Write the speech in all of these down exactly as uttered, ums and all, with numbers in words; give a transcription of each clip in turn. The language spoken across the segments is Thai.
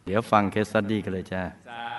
เดี๋ยวฟังเคสสตั๊ดดี้กันเลยจ้า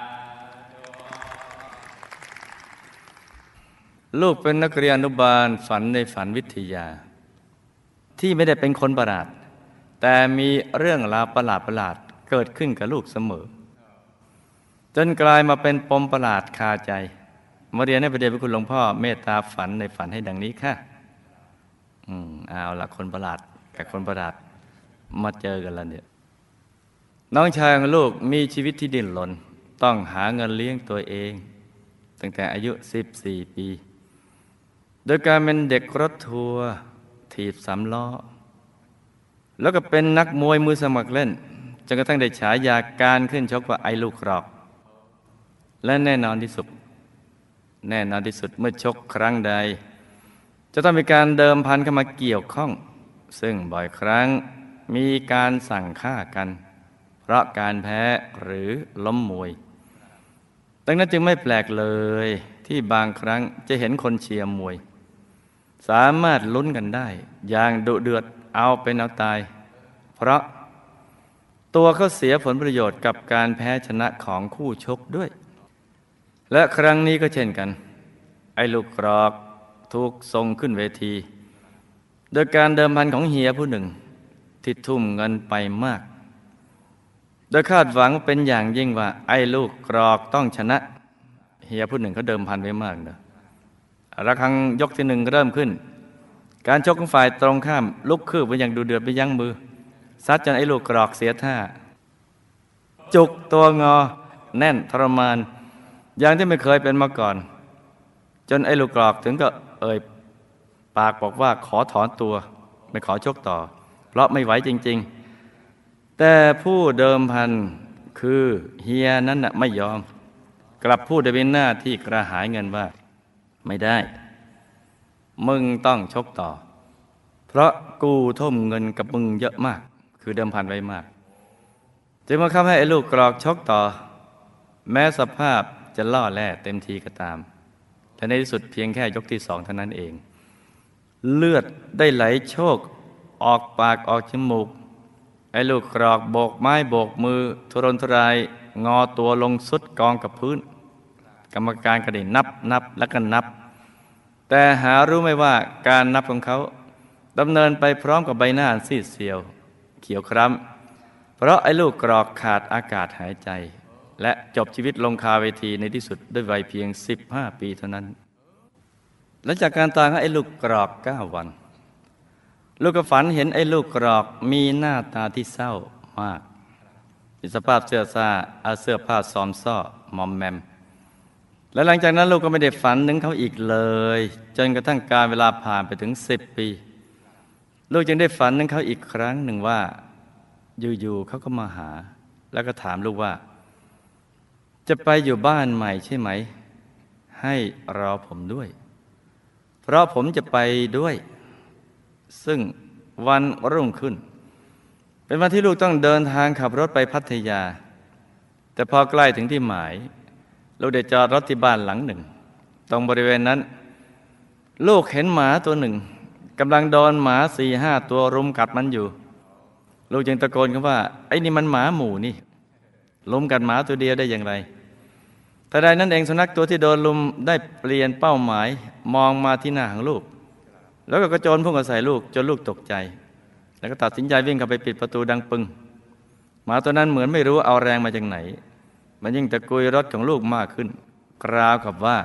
ลูกเป็นนักเรียนอนุบาลฝันในฝันวิทยาที่ไม่ได้เป็นคนประหลาดแต่มีเรื่องราวประหลาดประหลาดเกิดขึ้นกับลูกเสมอจนกลายมาเป็นปมประหลาดคาใจมาเรียนให้พระเดชพระคุณหลวงพ่อเมตตาฝันในฝันให้ดังนี้ค่ะอืมเอาละคนประหลาดกับคนประหลาดมาเจอกันแล้วเนี่ยน้องชายของลูกมีชีวิตที่ดิ้นรนต้องหาเงินเลี้ยงตัวเองตั้งแต่อายุสิบสี่ปีโดยการเป็นเด็กรถทัวร์ถีบสามล้อแล้วก็เป็นนักมวยมือสมัครเล่นจนกระทั่งได้ฉายาการขึ้นชกว่าไอ้ลูกกรอกและแน่นอนที่สุดแน่นอนที่สุดเมื่อชกครั้งใดจะต้องมีการเดิมพันเข้ามาเกี่ยวข้องซึ่งบ่อยครั้งมีการสั่งฆ่ากันเพราะการแพ้หรือล้มมวยดังนั้นจึงไม่แปลกเลยที่บางครั้งจะเห็นคนเชียร์มวยสามารถลุ้นกันได้อย่างดุเดือดเอาเป็นเอาตายเพราะตัวเขาเสียผลประโยชน์กับการแพ้ชนะของคู่ชกด้วยและครั้งนี้ก็เช่นกันไอ้ลูกกรอกถูกส่งขึ้นเวทีโดยการเดิมพันของเฮียผู้หนึ่งที่ทุ่มเงินไปมากโดยคาดหวังเป็นอย่างยิ่งว่าไอ้ลูกกรอกต้องชนะเฮียผู้หนึ่งเขาเดิมพันไว้มากนะระฆังยกที่หนึ่งเริ่มขึ้นการชกของฝ่ายตรงข้ามลุกคืบไปอย่างดูเดือดไปยั้งมือซัดจนไอ้ลูกกรอกเสียท่าจุกตัวงอแน่นทรมานอย่างที่ไม่เคยเป็นมาก่อนจนไอ้ลูกกรอกถึงก็เอ่ยปากบอกว่าขอถอนตัวไม่ขอชกต่อเพราะไม่ไหวจริงๆแต่ผู้เดิมพันคือเฮียนั้นน่ะไม่ยอมกลับพูดด้วยหน้าที่กระหายเงินว่าไม่ได้มึงต้องชกต่อเพราะกูทุ่มเงินกับมึงเยอะมากคือเดิมพันไว้มากจึงมาคับให้ไอ้ลูกกรอกชกต่อแม้สภาพจะล่อแร่เต็มทีก็ตามแต่ในที่สุดเพียงแค่ยกที่สองเท่านั้นเองเลือดได้ไหลโชกออกปากออกจมูกไอ้ลูกกรอกโบกไม้โบกมือทุรนทุรายงอตัวลงสุดกองกับพื้นกรรมการก็ได้นับนับและก็นับแต่หารู้ไหมว่าการนับของเขาดำเนินไปพร้อมกับใบหน้าซีดเซียวเขียวคล้ำเพราะไอ้ลูกกรอกขาดอากาศหายใจและจบชีวิตลงคาเวทีในที่สุดด้วยวัยเพียงสิบห้าปีเท่านั้นหลังจากการตายของไอ้ลูกกรอกเก้าวันลูกก็ฝันเห็นไอ้ลูกกรอกมีหน้าตาที่เศร้ามากมีสภาพเสื้อซ่าเอาเสื้อผ้าซอมซ่อมอมแมมและหลังจากนั้นลูกก็ไม่ได้ฝันถึงเขาอีกเลยจนกระทั่งการเวลาผ่านไปถึงสิบปีลูกจึงได้ฝันถึงเขาอีกครั้งหนึ่งว่าอยู่ๆเขาก็มาหาแล้วก็ถามลูกว่าจะไปอยู่บ้านใหม่ใช่ไหมให้รอผมด้วยเพราะผมจะไปด้วยซึ่งวันรุ่งขึ้นเป็นวันที่ลูกต้องเดินทางขับรถไปพัทยาแต่พอใกล้ถึงที่หมายลูกได้จอดรถที่บ้านหลังหนึ่งตรงบริเวณนั้นลูกเห็นหมาตัวหนึ่งกำลังโดนหมาสี่ห้าตัวรุมกัดมันอยู่ลูกจึงตะโกนขึ้นว่าไอ้นี่มันหมาหมู่นี่ลุมกัดหมาตัวเดียวได้อย่างไรแต่ใดนั้นเองสุนัขตัวที่โดนลุมได้เปลี่ยนเป้าหมายมองมาที่หน้าของลูกแล้วก็กระโจนพุ่งเข้าใส่ลูกจนลูกตกใจแล้วก็ตัดสินใจวิ่งเข้าไปปิดประตูดังปึ้งหมาตัวนั้นเหมือนไม่รู้เอาแรงมาจากไหนมันยิ่งตะกุยรถของลูกมากขึ้นกราวกับว่า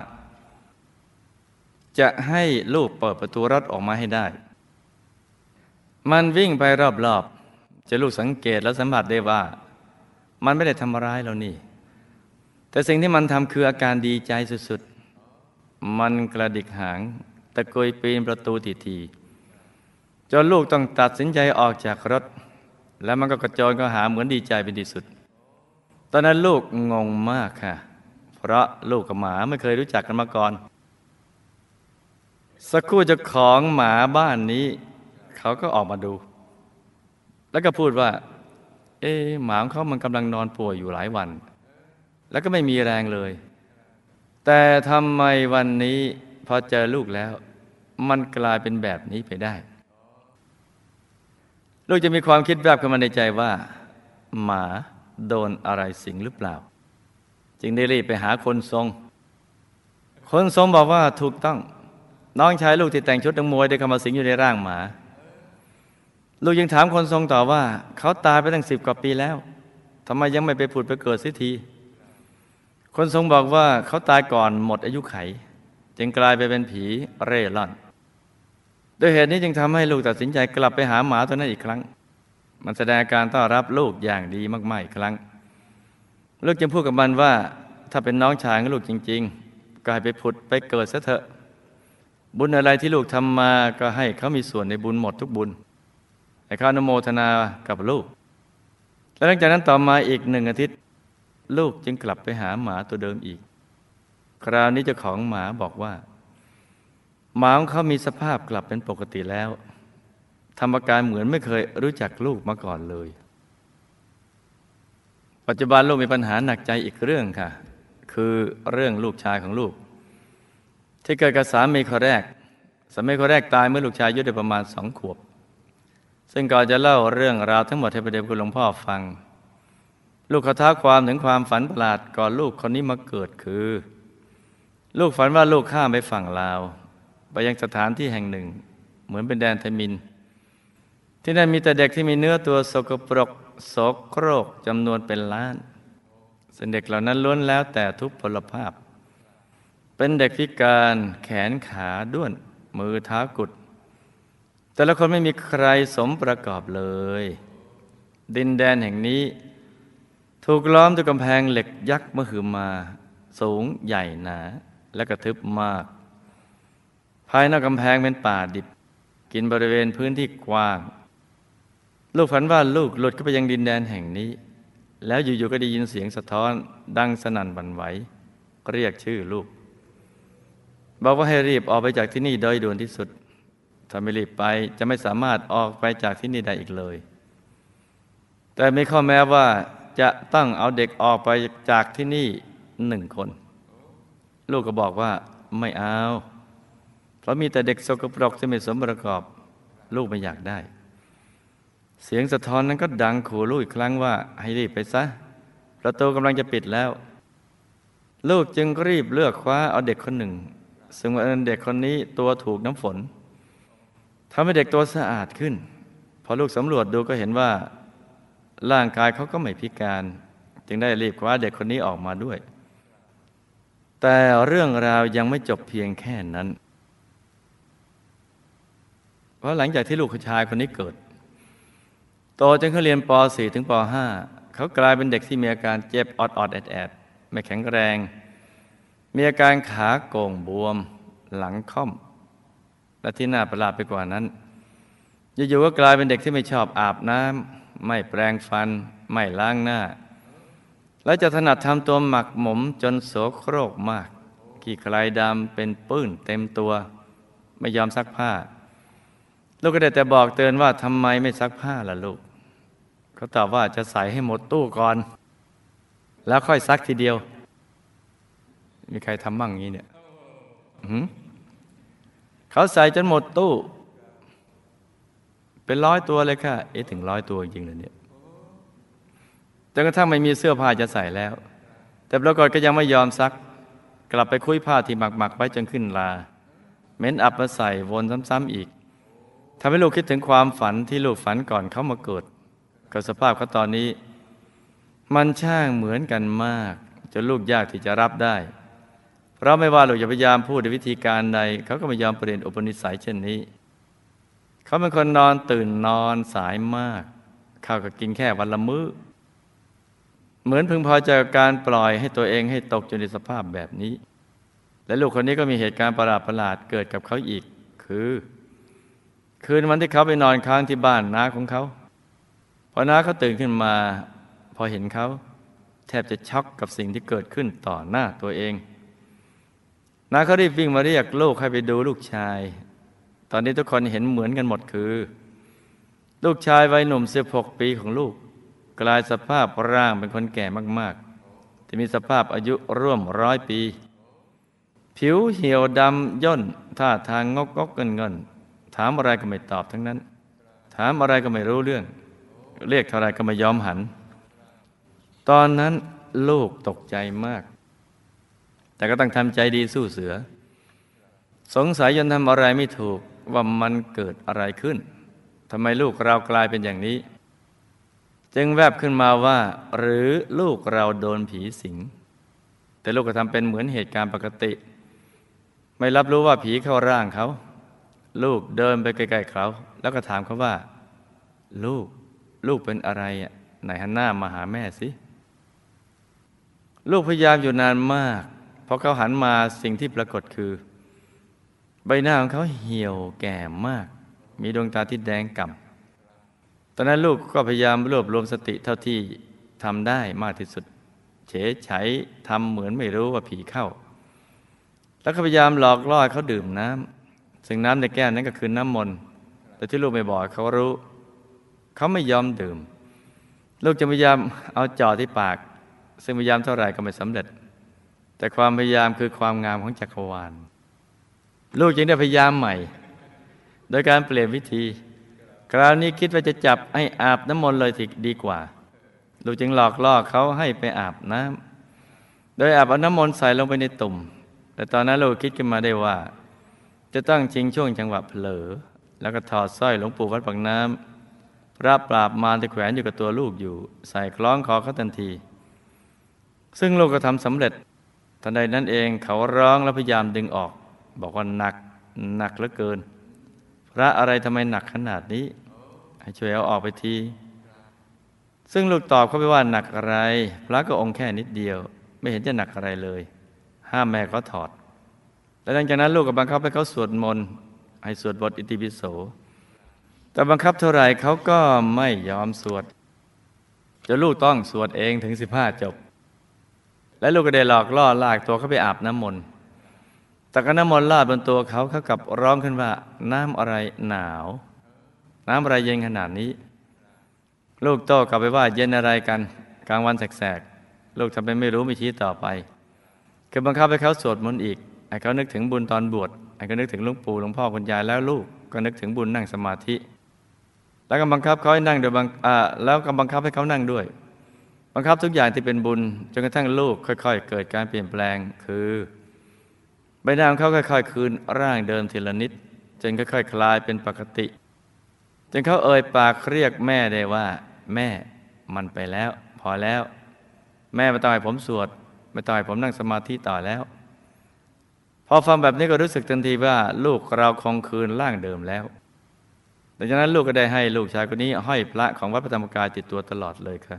จะให้ลูกเปิดประตูรถออกมาให้ได้มันวิ่งไปรอบๆจะลูกสังเกตและสัมผัสได้ว่ามันไม่ได้ทำร้ายเรานี่แต่สิ่งที่มันทำคืออาการดีใจสุดๆมันกระดิกหางตะกุยปีนประตูทีๆจนลูกต้องตัดสินใจออกจากรถแล้วมันก็กระโจนเข้าหาเหมือนดีใจเป็นที่สุดตอนนั้นลูกงงมากค่ะเพราะลูกกับหมาไม่เคยรู้จักกันมาก่อนสักครู่เจ้าของหมาบ้านนี้เขาก็ออกมาดูแล้วก็พูดว่าเอ๊ะหมาของเขามันกำลังนอนป่วยอยู่หลายวันแล้วก็ไม่มีแรงเลยแต่ทำไมวันนี้พอเจอลูกแล้วมันกลายเป็นแบบนี้ไปได้ลูกจะมีความคิดแบบขึ้นมาในใจว่าหมาโดนอะไรสิงหรือเปล่าจึงได้รีบไปหาคนทรง คนทรงบอกว่าถูกต้องน้องชายลูกที่แต่งชุดนักมวยได้เข้ามาสิงอยู่ในร่างหมาลูกยังถามคนทรงต่อว่าเขาตายไปตั้งสิบกว่าปีแล้วทำไมยังไม่ไปผุดไปเกิดเสียทีคนทรงบอกว่าเขาตายก่อนหมดอายุไขจึงกลายไปเป็นผีเร่ร่อนด้วยเหตุนี้จึงทำให้ลูกตัดสินใจกลับไปหาหมาตัวนั้นอีกครั้งมันแสดงการต้อนรับลูกอย่างดีมากๆอีกครั้งลูกจึงพูดกับมันว่าถ้าเป็นน้องชายของลูกจริงๆก็ให้ไปผุดไปเกิดซะเถอะบุญอะไรที่ลูกทำมาก็ให้เขามีส่วนในบุญหมดทุกบุญให้เขาอนุโมทนากับลูกและหลังจากนั้นต่อมาอีกหนึ่งอาทิตย์ลูกจึงกลับไปหาหมาตัวเดิมอีกคราวนี้เจ้าของหมาบอกว่าหมาของเขามีสภาพกลับเป็นปกติแล้วทำอาการเหมือนไม่เคยรู้จักลูกมาก่อนเลยปัจจุบันลูกมีปัญหาหนักใจอีกเรื่องค่ะคือเรื่องลูกชายของลูกที่เกิดกับสามีคนแรกสามีคนแรกตายเมื่อลูกชายอายุได้ประมาณสองขวบซึ่งก่อนจะเล่าเรื่องราวทั้งหมดให้พระเดชคุณหลวงพ่อฟังลูกขอท้าความถึงความฝันประหลาดก่อนลูกคนนี้มาเกิดคือลูกฝันว่าลูกข้ามไปฝั่งลาวไปยังสถานที่แห่งหนึ่งเหมือนเป็นแดนไทมิฬที่นั่นมีแต่เด็กที่มีเนื้อตัวสกปรกโสโครกจำนวนเป็นล้านซึ่งเด็กเหล่านั้นล้วนแล้วแต่ทุพพลภาพเป็นเด็กพิการแขนขาด้วนมือเท้ากุดแต่ละคนไม่มีใครสมประกอบเลยดินแดนแห่งนี้ถูกล้อมด้วยกำแพงเหล็กยักษ์มหึมาสูงใหญ่หนาและกระทึบมากภายนอกกำแพงเป็นป่าดิบกินบริเวณพื้นที่กว้างลูกฝันว่าลูกหลุดเข้าไปยังดินแดนแห่งนี้แล้วอยู่ๆก็ได้ยินเสียงสะท้อนดังสนั่นหวั่นไหวเรียกชื่อลูกบอกว่าให้รีบออกไปจากที่นี่โดยด่วนที่สุดถ้าไม่รีบไปจะไม่สามารถออกไปจากที่นี่ได้อีกเลยแต่มีข้อแม้ว่าจะต้องเอาเด็กออกไปจากที่นี่หนึ่งคนลูกก็บอกว่าไม่เอาเพราะมีแต่เด็กสกปรกที่ไม่สมประกอบลูกไม่อยากได้เสียงสะท้อนนั้นก็ดังขู่ลูกอีกครั้งว่าให้รีบไปซะประตูกำลังจะปิดแล้วลูกจึงรีบเลือกคว้าเอาเด็กคนหนึ่งซึ่งว่าเด็กคนนี้ตัวถูกน้ำฝนทำให้เด็กตัวสะอาดขึ้นพอลูกสำรวจดูก็เห็นว่าร่างกายเขาก็ไม่พิการจึงได้รีบคว้าเด็กคนนี้ออกมาด้วยแต่เรื่องราวยังไม่จบเพียงแค่นั้นเพราะหลังจากที่ลูกชายคนนี้เกิดโตจนเขาเรียนป .สี่ ถึงป .ห้า เขากลายเป็นเด็กที่มีอาการเจ็บออดๆแอดๆไม่แข็งแรงมีอาการขาโก่งบวมหลังค่อมและที่น่าประหลาดไปกว่านั้นอยู่ๆก็กลายเป็นเด็กที่ไม่ชอบอาบน้ำไม่แปรงฟันไม่ล้างหน้าและจะถนัดทำตัวหมักหมมจนโสโครกมากขี้ใครดำเป็นปื้นเต็มตัวไม่ยอมซักผ้าลูกก็ได้แต่บอกเตือนว่าทำไมไม่ซักผ้าล่ะลูกเขาตอบว่าจะใส่ให้หมดตู้ก่อนแล้วค่อยซักทีเดียวมีใครทำบ้างงี้เนี่ยเขาใส่จนหมดตู้เป็นร้อยตัวเลยค่ะเอ๊ะถึงร้อยตัวจริงๆเลยเนี่ยจนกระทั่งไม่มีเสื้อผ้าจะใส่แล้วแต่ปรากฏก็ยังไม่ยอมซักกลับไปคุยผ้าที่หมักๆไว้จนขึ้นลาเหม็นอับมาใส่วนซ้ำๆอีกทำให้ลูกคิดถึงความฝันที่ลูกฝันก่อนเขามาเกิดกับสภาพเขาตอนนี้มันช่างเหมือนกันมากจนลูกยากที่จะรับได้เพราะไม่ว่าลูกจะพยายามพูดในวิธีการใดเขาก็ไม่ยอมเปลี่ยนอุปนิสัยเช่นนี้เขาเป็นคนนอนตื่นนอนสายมากข้าวก็กินแค่วันละมื้อเหมือนพึงพอใจกับการปล่อยให้ตัวเองให้ตกอยู่ในสภาพแบบนี้และลูกคนนี้ก็มีเหตุการณ์ประหลาดประหลาดเกิดกับเขาอีกคือคืนวันที่เขาไปนอนค้างที่บ้านน้าของเขาพอน้าเขาตื่นขึ้นมาพอเห็นเขาแทบจะช็อกกับสิ่งที่เกิดขึ้นต่อหน้าตัวเองน้าเขารีบวิ่งมาเรียกลูกให้ไปดูลูกชายตอนนี้ทุกคนเห็นเหมือนกันหมดคือลูกชายวัยหนุ่มสิบหกปีของลูกกลายสภาพร่างเป็นคนแก่มากๆที่มีสภาพอายุร่วมร้อยปีผิวเหี่ยวดำย่นท่าทางงกงกเงินเงินถามอะไรก็ไม่ตอบทั้งนั้นถามอะไรก็ไม่รู้เรื่องเรียกเท่าไรก็ไม่ยอมหันตอนนั้นลูกตกใจมากแต่ก็ต้องทำใจดีสู้เสือสงสัยจนทำอะไรไม่ถูกว่ามันเกิดอะไรขึ้นทำไมลูกเรากลายเป็นอย่างนี้จึงแวบขึ้นมาว่าหรือลูกเราโดนผีสิงแต่ลูกก็ทำเป็นเหมือนเหตุการณ์ปกติไม่รับรู้ว่าผีเข้าร่างเขาลูกเดินไปใกล้ๆเขาแล้วก็ถามเขาว่าลูกลูกเป็นอะไรอ่ะไหนหันหน้ามาหาแม่สิลูกพยายามอยู่นานมากพอเขาหันมาสิ่งที่ปรากฏคือใบหน้าของเขาเหี่ยวแก่มากมีดวงตาที่แดงก่ำตอนนั้นลูกก็พยายามรวบรวมสติเท่าที่ทำได้มากที่สุดเฉยเฉยทำเหมือนไม่รู้ว่าผีเข้าแล้วก็พยายามหลอกล่อเขาดื่มน้ำซึ่งน้ำในแก้วนั้นก็คือน้ำมนต์แต่ที่ลูกไม่บอกเขารู้เขาไม่ยอมดื่มลูกจะพยายามเอาจ่อที่ปากซึ่งพยายามเท่าไหร่ก็ไม่สำเร็จแต่ความพยายามคือความงามของจักรวาลลูกจึงได้พยายามใหม่โดยการเปลี่ยนวิธีคราวนี้คิดว่าจะจับให้อาบน้ำมนต์เลยดีกว่าลูกจึงหลอกล่อเขาให้ไปอาบน้ำโดยอาบเอาน้ำมนต์ใส่ลงไปในตุ่มแต่ตอนนั้นลูกคิดขึ้นมาได้ว่าจะต้องชิงช่วงจังหวะเผลอแล้วก็ถอดสร้อยหลวงปู่วัดปากน้ำพระปราบมารที่แขวนอยู่กับตัวลูกอยู่ใส่คล้องคอเขาทันทีซึ่งลูกก็ทำสำเร็จทันใดนั้นเองเขาร้องแล้วพยายามดึงออกบอกว่าหนักหนักเหลือเกินพระอะไรทำไมหนักขนาดนี้ให้ช่วยเอาออกไปทีซึ่งลูกตอบเขาไปว่าหนักอะไรพระก็องค์แค่นิดเดียวไม่เห็นจะหนักอะไรเลยห้ามแม่เขาถอดและหลังจากนั้นลูกก็บังคับให้เขาสวดมนต์ให้สวดบทอิติปิโสแต่บังคับเท่าไหร่เขาก็ไม่ยอมสวดจนลูกต้องสวดเองถึงสิบห้าจบและลูกก็ได้หลอกล่อลากตัวเขาไปอาบน้ำมนต์แต่ก็น้ำมนต์ลาดบนตัวเขาเขากลับร้องขึ้นว่าน้ำอะไรหนาวน้ำอะไรเย็นขนาดนี้ลูกโต้กลับไปว่าเย็นอะไรกันกลางวันแสกๆลูกทำเป็นไม่รู้ไม่ชี้ต่อไปคือบังคับให้เขาสวดมนต์อีกให้เขานึกถึงบุญตอนบวชให้เขานึกถึงหลวงปู่หลวงพ่อคุณยายแล้วลูกก็นึกถึงบุญนั่งสมาธิแล้วก็บังคับเขาให้นั่งโดยบังอ่าแล้วก็บังคับให้เขานั่งด้วยบังคับทุกอย่างที่เป็นบุญจนกระทั่งลูกค่อยๆเกิดการเปลี่ยนแปลงคือใบหน้าของเขาค่อยๆคืนร่างเดิมทีละนิดจนค่อยๆคลายเป็นปกติจนเขาเอ่ยปากเรียกแม่ได้ว่าแม่มันไปแล้วพอแล้วแม่ไม่ต้องให้ผมสวดไม่ต้องให้ผมนั่งสมาธิต่อแล้วพอฟังแบบนี้ก็รู้สึกทันทีว่าลูกเราคงคืนร่างเดิมแล้วดังนั้นลูกก็ได้ให้ลูกชายคนนี้ห้อยพระของวัดพระธรรมกายติดตัวตลอดเลยค่ะ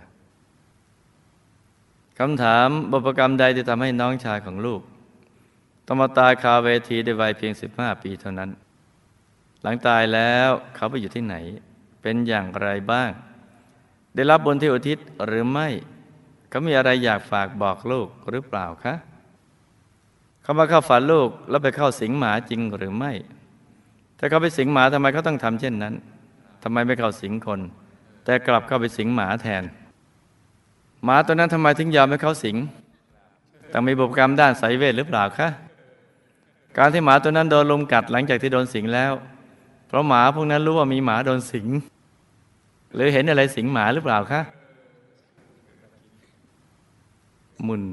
คำถามบุพกรรมใดที่ทำให้น้องชายของลูกต้องมาตายคาเวทีในวัยเพียงสิบห้าปีเท่านั้นหลังตายแล้วเขาไปอยู่ที่ไหนเป็นอย่างไรบ้างได้รับบุญที่อุทิศหรือไม่เขามีอะไรอยากฝากบอกลูกหรือเปล่าคะเขามาเข้าฝันลูกแล้วไปเข้าสิงหมาจริงหรือไม่ถ้าเขาไปสิงหมาทำไมเขาต้องทำเช่นนั้นทำไมไม่เข้าสิงคนแต่กลับเข้าไปสิงหมาแทนหมาตัวนั้นทำไมถึงยอมให้เขาสิงต้องมีบุพกรรมด้านไสยเวทหรือเปล่าคะการที่หมาตัวนั้นโดนลมกัดหลังจากที่โดนสิงแล้วเพราะหมาพวกนั้นรู้ว่ามีหมาโดนสิงหรือเห็นอะไรสิงหมาหรือเปล่าคะมุน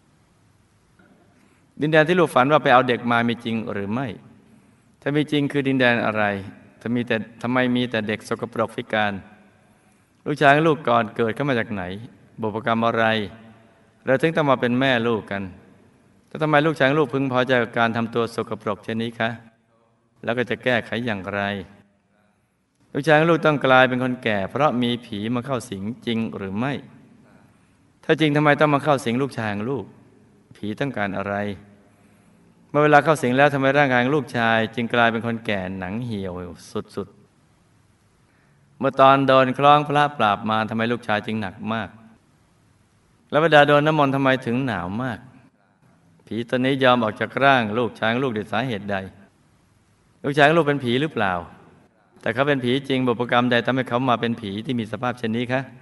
ดินแดนที่ลูกฝันว่าไปเอาเด็กมามีจริงหรือไม่ถ้ามีจริงคือดินแดนอะไรถ้ามีแต่ทำไมมีแต่เด็กสกปรกพิการลูกชายลูกก่อนเกิดเข้ามาจากไหนบุพกรรมอะไรเราถึงต้องมาเป็นแม่ลูกกันแต่ทำไมลูกชายลูกพึงพอใจกับการทำตัวสกปรกเช่นนี้คะแล้วก็จะแก้ไขอย่างไรลูกชายลูกต้องกลายเป็นคนแก่เพราะมีผีมาเข้าสิงจริงหรือไม่ถ้าจริงทำไมต้องมาเข้าสิงลูกชายลูกผีต้องการอะไรเมื่อเวลาเข้าสิงแล้วทำไมร่างกายลูกชายจึงกลายเป็นคนแก่หนังเหี่ยวสุดๆเมื่อตอนโดนคล้องพระปราบมารทำไมลูกชายจึงหนักมากแล้วเวลาโดนน้ำมนต์ทำไมถึงหนาวมากผีตัวนี้ยอมออกจากร่างลูกชายลูกด้วยสาเหตุใดลูกชายลูกเป็นผีหรือเปล่าแต่เขาเป็นผีจริงบุพกรรมใดทำให้เขามาเป็นผีที่มีสภาพเช่นนี้คะ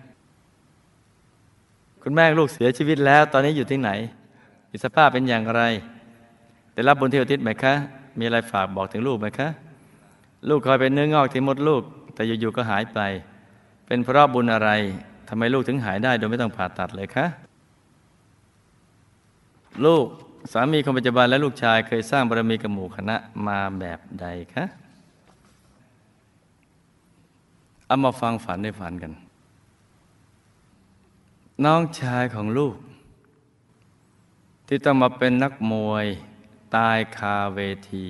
คุณแม่ลูกเสียชีวิตแล้วตอนนี้อยู่ที่ไหนมีสภาพเป็นอย่างไรได้รับบุญที่อุทิศไหมคะมีอะไรฝากบอกถึงลูกไหมคะลูกเคยเป็นเนื้องอกที่มดลูกแต่อยู่ๆก็หายไปเป็นเพราะบุญอะไรทำไมลูกถึงหายได้โดยไม่ต้องผ่าตัดเลยคะลูกสามีคนปัจจุบันและลูกชายเคยสร้างบารมีกับหมู่คณะมาแบบใดคะเอามาฟังฝันในฝันกันน้องชายของลูกที่ต้องมาเป็นนักมวยตายคาเวที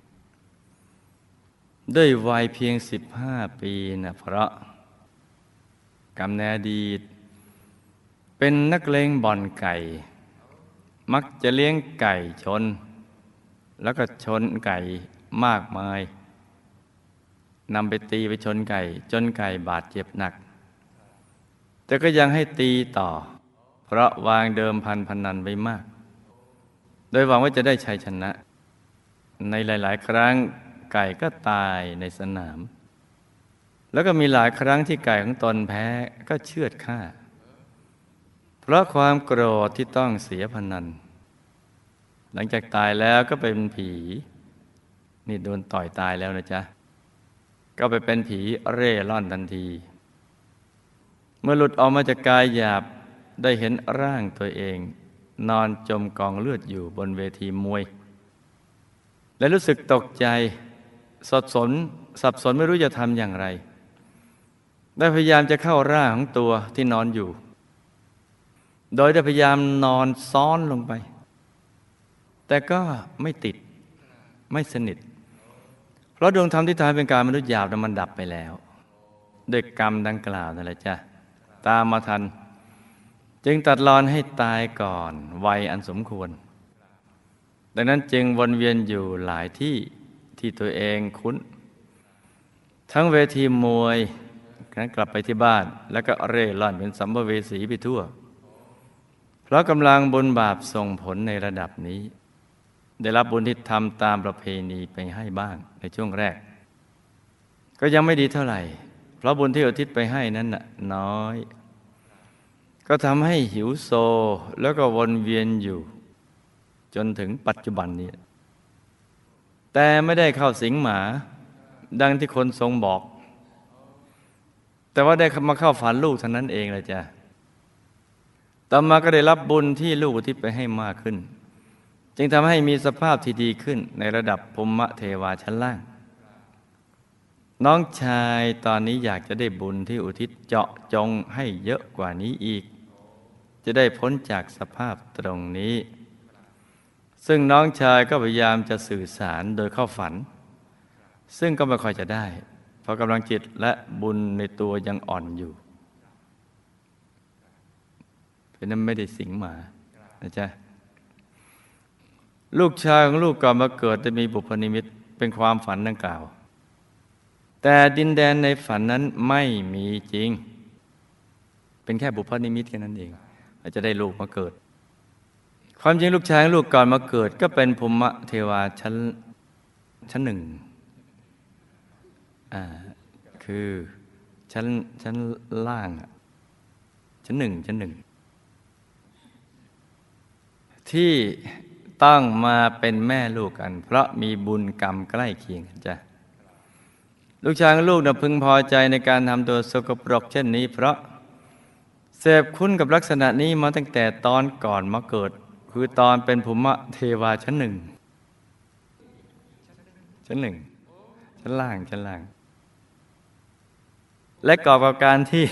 ด้วยวัยเพียงสิบห้าปีนะเพราะกรรมในอดีตเป็นนักเลงบ่อนไก่มักจะเลี้ยงไก่ชนแล้วก็ชนไก่มากมายนำไปตีไปชนไก่จนไก่บาดเจ็บหนักแต่ก็ยังให้ตีต่อเพราะวางเดิมพันพนันไว้มากโดยหวังว่าจะได้ชัยชนะในหลายๆครั้งไก่ก็ตายในสนามแล้วก็มีหลายครั้งที่ไก่ของตนแพ้ก็เชือดฆ่าเพราะความโกรธที่ต้องเสียพนันหลังจากตายแล้วก็เป็นผีนี่โดนต่อยตายแล้วนะจ๊ะก็ไปเป็นผีเร่ร่อนทันทีเมื่อหลุดออกมาจากกายหยาบได้เห็นร่างตัวเองนอนจมกองเลือดอยู่บนเวทีมวยและรู้สึกตกใจสับสนสับสนไม่รู้จะทำอย่างไรได้พยายามจะเข้าร่างของตัวที่นอนอยู่โดยได้พยายามนอนซ้อนลงไปแต่ก็ไม่ติดไม่สนิทเพราะดวงธรรมที่ทำให้เป็นการมนุษย์หยาบนั้นมันดับไปแล้วด้วยกรรมดังกล่าวนั่นแหละจ้ะตามมาทันจึงตัดรอนให้ตายก่อนวัยอันสมควรดังนั้นจึงวนเวียนอยู่หลายที่ที่ตัวเองคุ้นทั้งเวทีมวยนั้นกลับไปที่บ้านแล้วก็เร่ร่อนเป็นสัมภเวสีไปทั่วเพราะกำลังบุญบาปส่งผลในระดับนี้ได้รับบุญที่ทำตามประเพณีไปให้บ้างในช่วงแรกก็ยังไม่ดีเท่าไหร่เพราะบุญที่อุทิศไปให้นั้นน่ะน้อยก็ทำให้หิวโซแล้วก็วนเวียนอยู่จนถึงปัจจุบันนี้แต่ไม่ได้เข้าสิงหมาดังที่คนทรงบอกแต่ว่าได้มาเข้าฝันลูกเท่านั้นเองเลยจ้ะต่อมาก็ได้รับบุญที่ลูกอุทิศไปให้มากขึ้นจึงทำให้มีสภาพที่ดีขึ้นในระดับภูมิเทวาชั้นล่างน้องชายตอนนี้อยากจะได้บุญที่อุทิศเจาะจงให้เยอะกว่านี้อีกจะได้พ้นจากสภาพตรงนี้ซึ่งน้องชายก็พยายามจะสื่อสารโดยเข้าฝันซึ่งก็ไม่ค่อยจะได้เพราะกำลังจิตและบุญในตัวยังอ่อนอยู่เพราะนั้นไม่ได้สิงหมานะจ๊ะลูกชายของลูกก่อนมาเกิดได้มีบุพนิมิตเป็นความฝันดังกล่าวแต่ดินแดนในฝันนั้นไม่มีจริงเป็นแค่บุพนิมิตแค่นั้นเองอาจจะได้ลูกมาเกิดความจริงลูกชายลูกก่อนมาเกิดก็เป็นภูมิเทวาชั้นชั้นหนึ่งอ่าคือชั้นชั้นล่างชั้นหนึ่งชั้นหนึ่งที่ต้องมาเป็นแม่ลูกกันเพราะมีบุญกรรมใกล้เคียงกันจ้ะลูกชายลูกน่ะพึงพอใจในการทำตัวสกปรกเช่นนี้เพราะเสพคุ้นกับลักษณะนี้มาตั้งแต่ตอนก่อนมาเกิดคือตอนเป็นภูมิเทวาชั้นหนึ่งชั้นหนึ่งชั้นล่างชั้นล่างและก่อกับการที่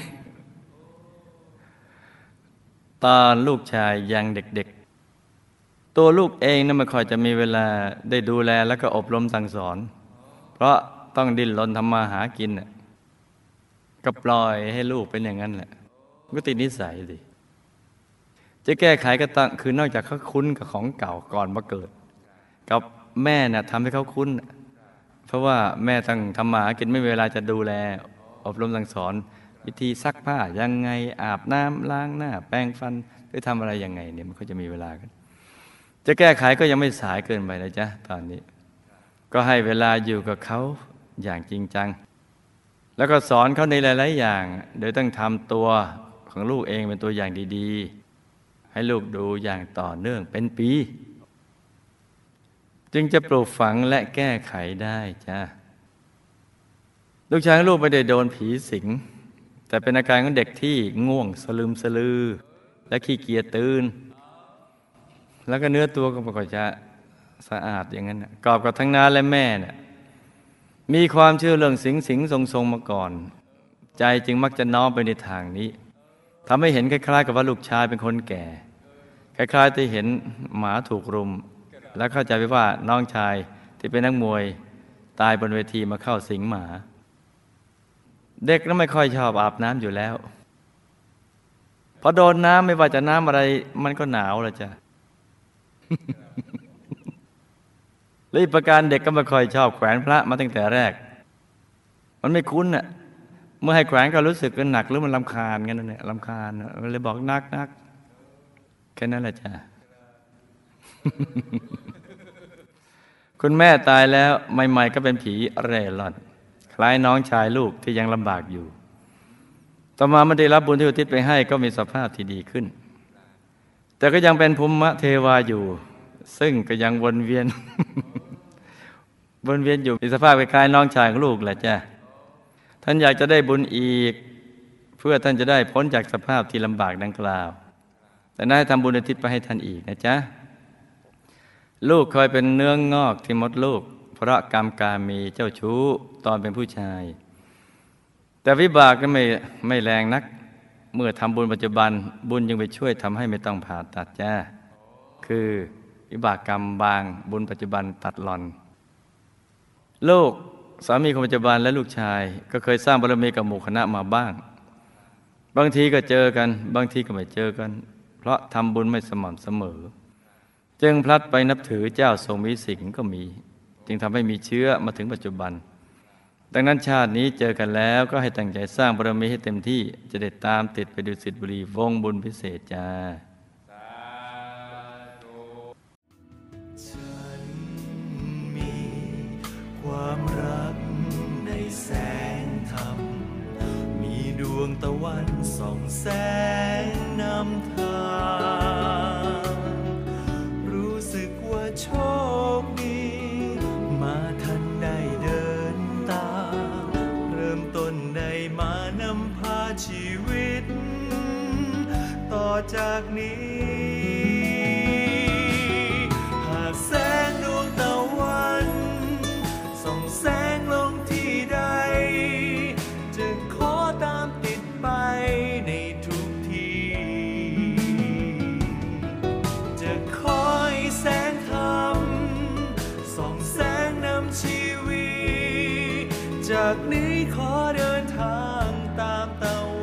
ตอนลูกชายยังเด็กๆตัวลูกเองนั้นไม่ค่อยจะมีเวลาได้ดูแลแล้วก็อบรมสั่งสอนเพราะต้องดิ้นรนทำมาหากินน่ะก็ปล่อยให้ลูกเป็นอย่างนั้นแหละก็ติดนิสัยสิจะแก้ไขก็ต้องคือนอกจากเขาคุ้นกับของเก่าก่อนมาเกิดกับแม่น่ะทำให้เขาคุ้นเพราะว่าแม่ต้องทำมาหากินไม่มีเวลาจะดูแลอบรมสั่งสอนวิธีซักผ้ายังไงอาบน้ำล้างหน้าแปรงฟันหรือทำอะไรยังไงเนี่ยมันก็จะมีเวลากันจะแก้ไขก็ยังไม่สายเกินไปนะจ๊ะตอนนี้ก็ให้เวลาอยู่กับเขาอย่างจริงจังแล้วก็สอนเขาในหลายๆอย่างโดยต้องทำตัวของลูกเองเป็นตัวอย่างดีๆให้ลูกดูอย่างต่อเนื่องเป็นปีจึงจะปลูกฝังและแก้ไขได้จ้ะลูกชายลูกไม่ได้โดนผีสิงแต่เป็นอาการของเด็กที่ง่วงสลึมสลือและขี้เกียจตื่นแล้วก็เนื้อตัวก็ไม่ค่อยจะสะอาดอย่างนั้นกอบกับทั้งน้าและแม่เนี่ยมีความเชื่อเรื่องสิงสิงทรงทรงมาก่อนใจจึงมักจะน้อมไปในทางนี้ทำให้เห็นคล้ายๆกับว่าลูกชายเป็นคนแก่คล้ายๆที่เห็นหมาถูกรุมแล้วเข้าใจไปว่าน้องชายที่เป็นนักมวยตายบนเวทีมาเข้าสิงหมาเด็กนั้นไม่ค่อยชอบอาบน้ำอยู่แล้วพอโดนน้ำไม่ว่าจะน้ำอะไรมันก็หนาวละจ้ะ และอีกประการเด็กก็ไม่ค่อยชอบแขวนพระมาตั้งแต่แรกมันไม่คุ้นน่ะเมื่อให้แขวนก็รู้สึกหนักหรือมันรำคาญกันนั่นแหละรำคาญเลยบอกนักนักแค่นั้นแหละจ้ะ คุณแม่ตายแล้วใหม่ๆก็เป็นผีเร่ร่อนคล้ายน้องชายลูกที่ยังลำบากอยู่ต่อมาไม่ได้รับบุญที่อุทิศไปให้ก็มีสภาพที่ดีขึ้นแต่ก็ยังเป็นภูมิเทวาอยู่ซึ่งก็ยังวนเวียน วนเวียนอยู่มีสภาพคล้ายๆน้องชายของลูกแหละจ้ะท่านอยากจะได้บุญอีกเพื่อท่านจะได้พ้นจากสภาพที่ลำบากดังกล่าวแต่น่าทำบุญอุทิศไปให้ท่านอีกนะจ๊ะลูกเคยเป็นเนื้องอกที่มดลูกเพราะกรรมกามีเจ้าชู้ตอนเป็นผู้ชายแต่วิบากก็ไม่ไม่แรงนักเมื่อทำบุญปัจจุบันบุญยังไปช่วยทำให้ไม่ต้องผ่าตัดจ้าคือวิบากกรรมบางบุญปัจจุบันตัดหล่อนลูกสามีคนปัจจุบันและลูกชายก็เคยสร้างบารมีกับหมู่คณะมาบ้างบางทีก็เจอกันบางทีก็ไม่เจอกันเพราะทำบุญไม่สม่ำเสมอจึงพลัดไปนับถือเจ้าทรงมีสิงก็มีจึงทำให้มีเชื้อมาถึงปัจจุบันดังนั้นชาตินี้เจอกันแล้วก็ให้ตั้งใจสร้างบารมีให้เต็มที่จะได้ตามติดไปดุสิตบุรีวงบุญพิเศษจ้าฉันมีความรักในแสงธรรมมีดวงตะวันส่องแสงนำทางรู้สึกว่าโชคดีมาทันได้เดินตามเริ่มต้นได้มานำพาชีวิตต่อจากนี้หากแสงดวงตะวันส่องแสงลงที่ใดจะขอตามติดไปในทุกที่จะคอยแสงธรรมส่องแสงนำชีวิตจากนี้ขอเดินทางตามตะวัน